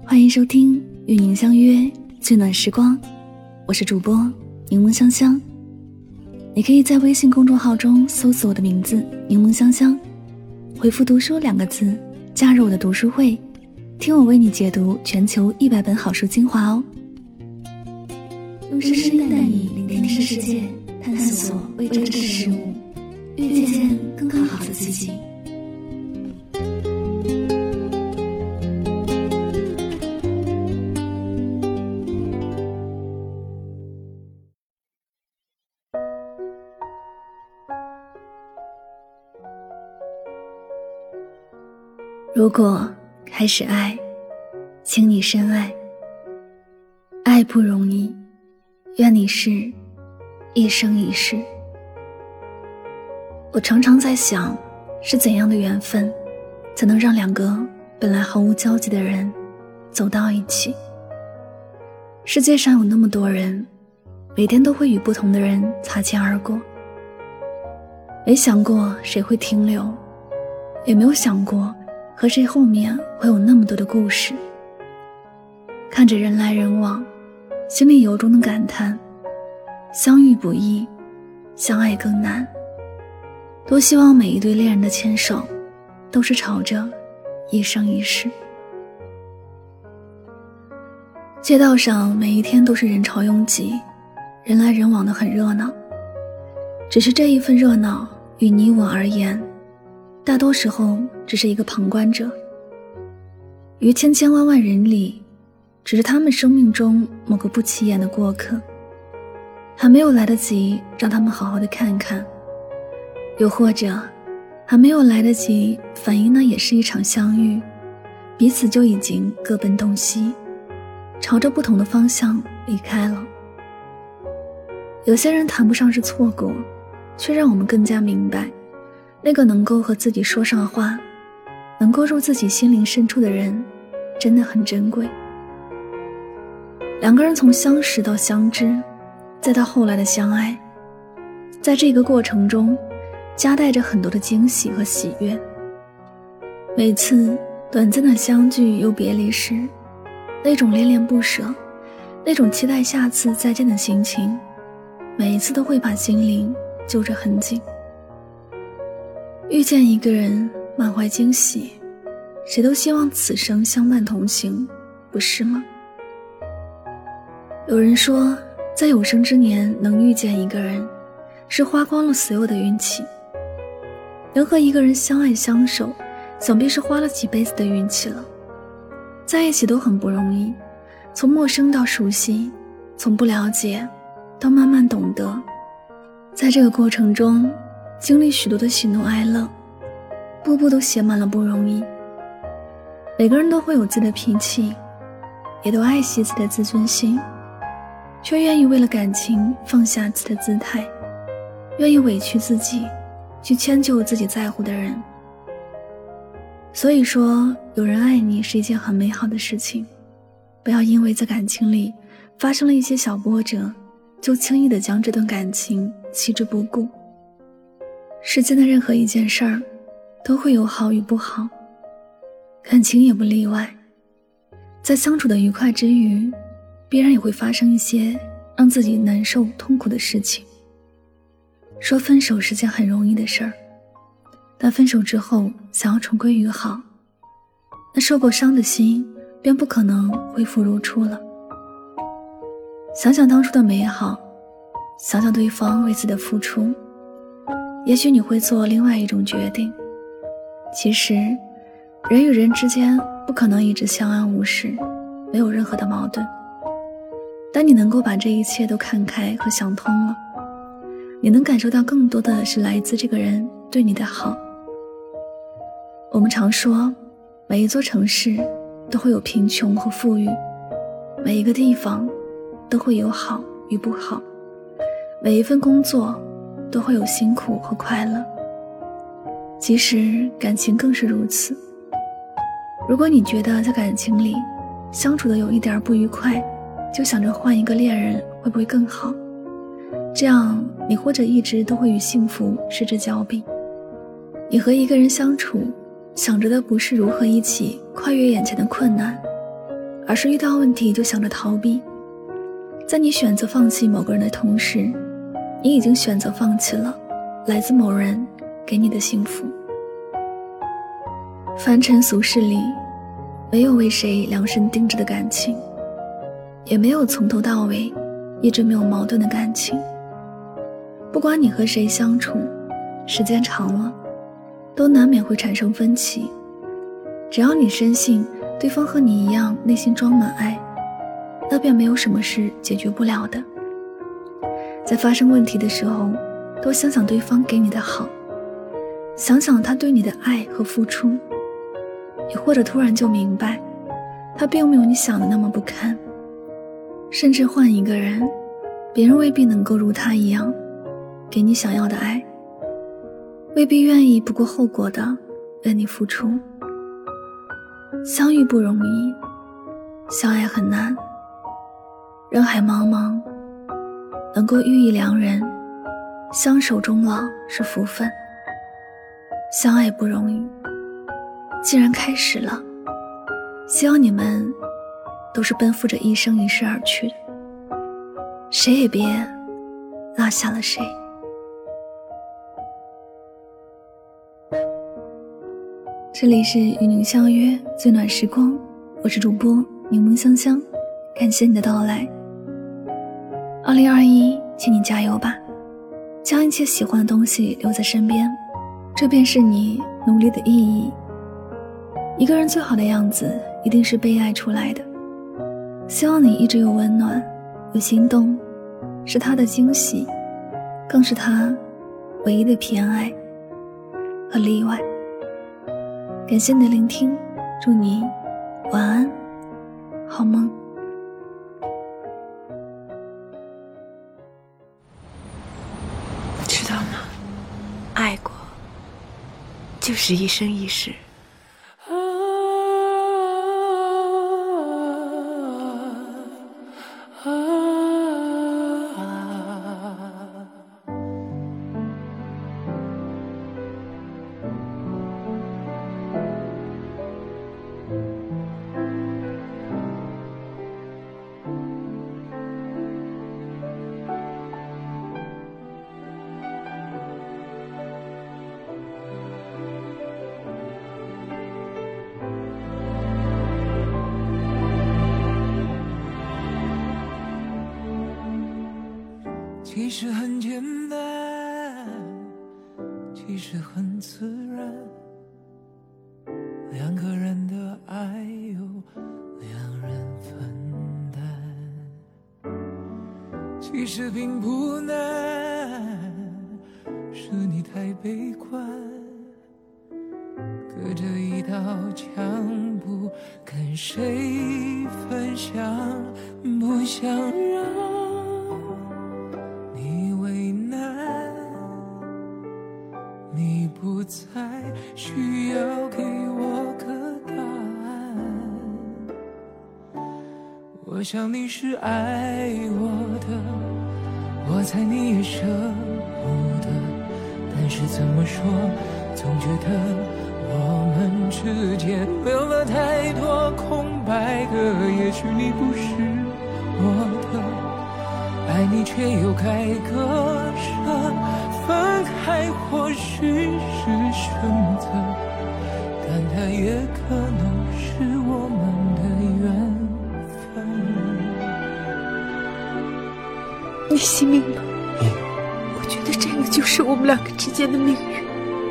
欢迎收听与您相约最暖时光，我是主播柠檬香香。你可以在微信公众号中搜索我的名字柠檬香香，回复读书2个字，加入我的读书会，听我为你解读全球100本好书精华哦。用声音带你聆听世界，探索未知的事物，遇见更好的自己。如果开始爱，请你深爱。爱不容易，愿你是一生一世。我常常在想，是怎样的缘分才能让2个本来毫无交集的人走到一起？世界上有那么多人，每天都会与不同的人擦肩而过，没想过谁会停留，也没有想过和谁后面会有那么多的故事。看着人来人往，心里由衷的感叹，相遇不易，相爱更难。多希望每一对恋人的牵手都是朝着一生一世。街道上每一天都是人潮拥挤，人来人往的很热闹，只是这一份热闹与你我而言，大多时候只是一个旁观者。于千千万万人里，只是他们生命中某个不起眼的过客，还没有来得及让他们好好的看看，又或者还没有来得及反应那也是一场相遇，彼此就已经各奔东西，朝着不同的方向离开了。有些人谈不上是错过，却让我们更加明白，那个能够和自己说上话，能够入自己心灵深处的人真的很珍贵。2个人从相识到相知，再到后来的相爱，在这个过程中夹带着很多的惊喜和喜悦。每次短暂的相聚又别离时，那种恋恋不舍，那种期待下次再见的心情，每一次都会把心灵揪着很紧。遇见一个人满怀惊喜，谁都希望此生相伴同行，不是吗？有人说，在有生之年能遇见一个人，是花光了所有的运气。能和一个人相爱相守，想必是花了几辈子的运气了。在一起都很不容易，从陌生到熟悉，从不了解到慢慢懂得，在这个过程中经历许多的喜怒哀乐，步步都写满了不容易。每个人都会有自己的脾气，也都爱惜自己的自尊心，却愿意为了感情放下自己的姿态，愿意委屈自己去迁就自己在乎的人。所以说，有人爱你是一件很美好的事情，不要因为在感情里发生了一些小波折，就轻易地将这段感情弃之不顾。世间的任何一件事儿都会有好与不好，感情也不例外。在相处的愉快之余，必然也会发生一些让自己难受痛苦的事情。说分手是件很容易的事儿，但分手之后想要重归于好，那受过伤的心便不可能恢复如初了。想想当初的美好，想想对方为自己的付出，也许你会做另外一种决定。其实人与人之间不可能一直相安无事，没有任何的矛盾。当你能够把这一切都看开和想通了，你能感受到更多的是来自这个人对你的好。我们常说，每一座城市都会有贫穷和富裕，每一个地方都会有好与不好，每一份工作都会有辛苦和快乐。其实感情更是如此。如果你觉得在感情里相处的有一点不愉快，就想着换一个恋人会不会更好，这样你或者一直都会与幸福失之交臂。你和一个人相处，想着的不是如何一起跨越眼前的困难， 而是遇到问题就想着逃避。在你选择放弃某个人的同时，你已经选择放弃了来自某人给你的幸福。凡尘俗世里，没有为谁量身定制的感情，也没有从头到尾一直没有矛盾的感情。不管你和谁相处，时间长了，都难免会产生分歧。只要你深信对方和你一样内心装满爱，那便没有什么事解决不了的。在发生问题的时候，多想想对方给你的好，想想他对你的爱和付出，也或者突然就明白，他并没有你想的那么不堪。甚至换一个人，别人未必能够如他一样给你想要的爱，未必愿意不顾后果的为你付出。相遇不容易，相爱很难，人海茫茫，能够遇一良人，相守终老是福分。相爱不容易，既然开始了，希望你们都是奔赴着一生一世而去的，谁也别落下了谁。这里是与您相约最暖时光，我是主播柠檬香香，感谢你的到来。2021，请你加油吧，将一切喜欢的东西留在身边，这便是你努力的意义。一个人最好的样子一定是被爱出来的，希望你一直有温暖，有心动，是他的惊喜，更是他唯一的偏爱和例外。感谢你的聆听，祝你晚安，好梦。 知道吗？爱过就是一生一世。 其实很简单，其实很自然，两个人的爱由两人分担。其实并不难，是你太悲观，隔着一道墙不跟谁分享，不想让你不再需要给我个答案。我想你是爱我的，我猜你也舍不得，但是怎么说，总觉得我们之间留了太多空白格。也许你不是我的，爱你却又该割舍。分开或许是选择，但它也可能是我们的缘分。 你信命吗？我觉得这个就是我们两个之间的命运。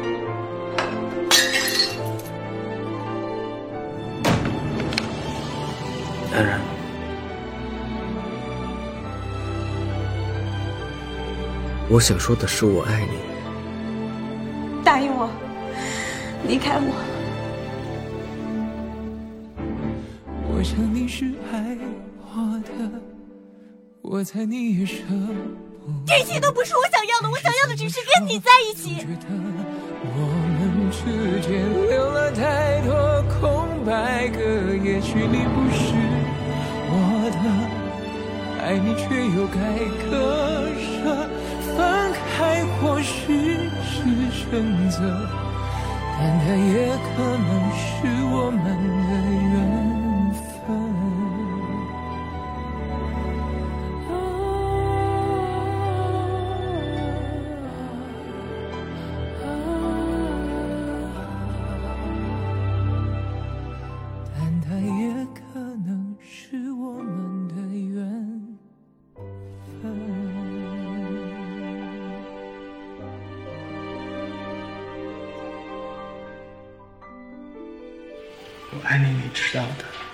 安然，我想说的是我爱你。 答应我，离开我。 我想你是爱我的，我猜你也舍不得。 这些都不是我想要的，我想要的只是跟你在一起。 觉得我们之间留了太多空白格，也许你不是我的，爱你却又该割舍。分开或许是选择，但它也可能是我们的缘分。 爱你，你知道的。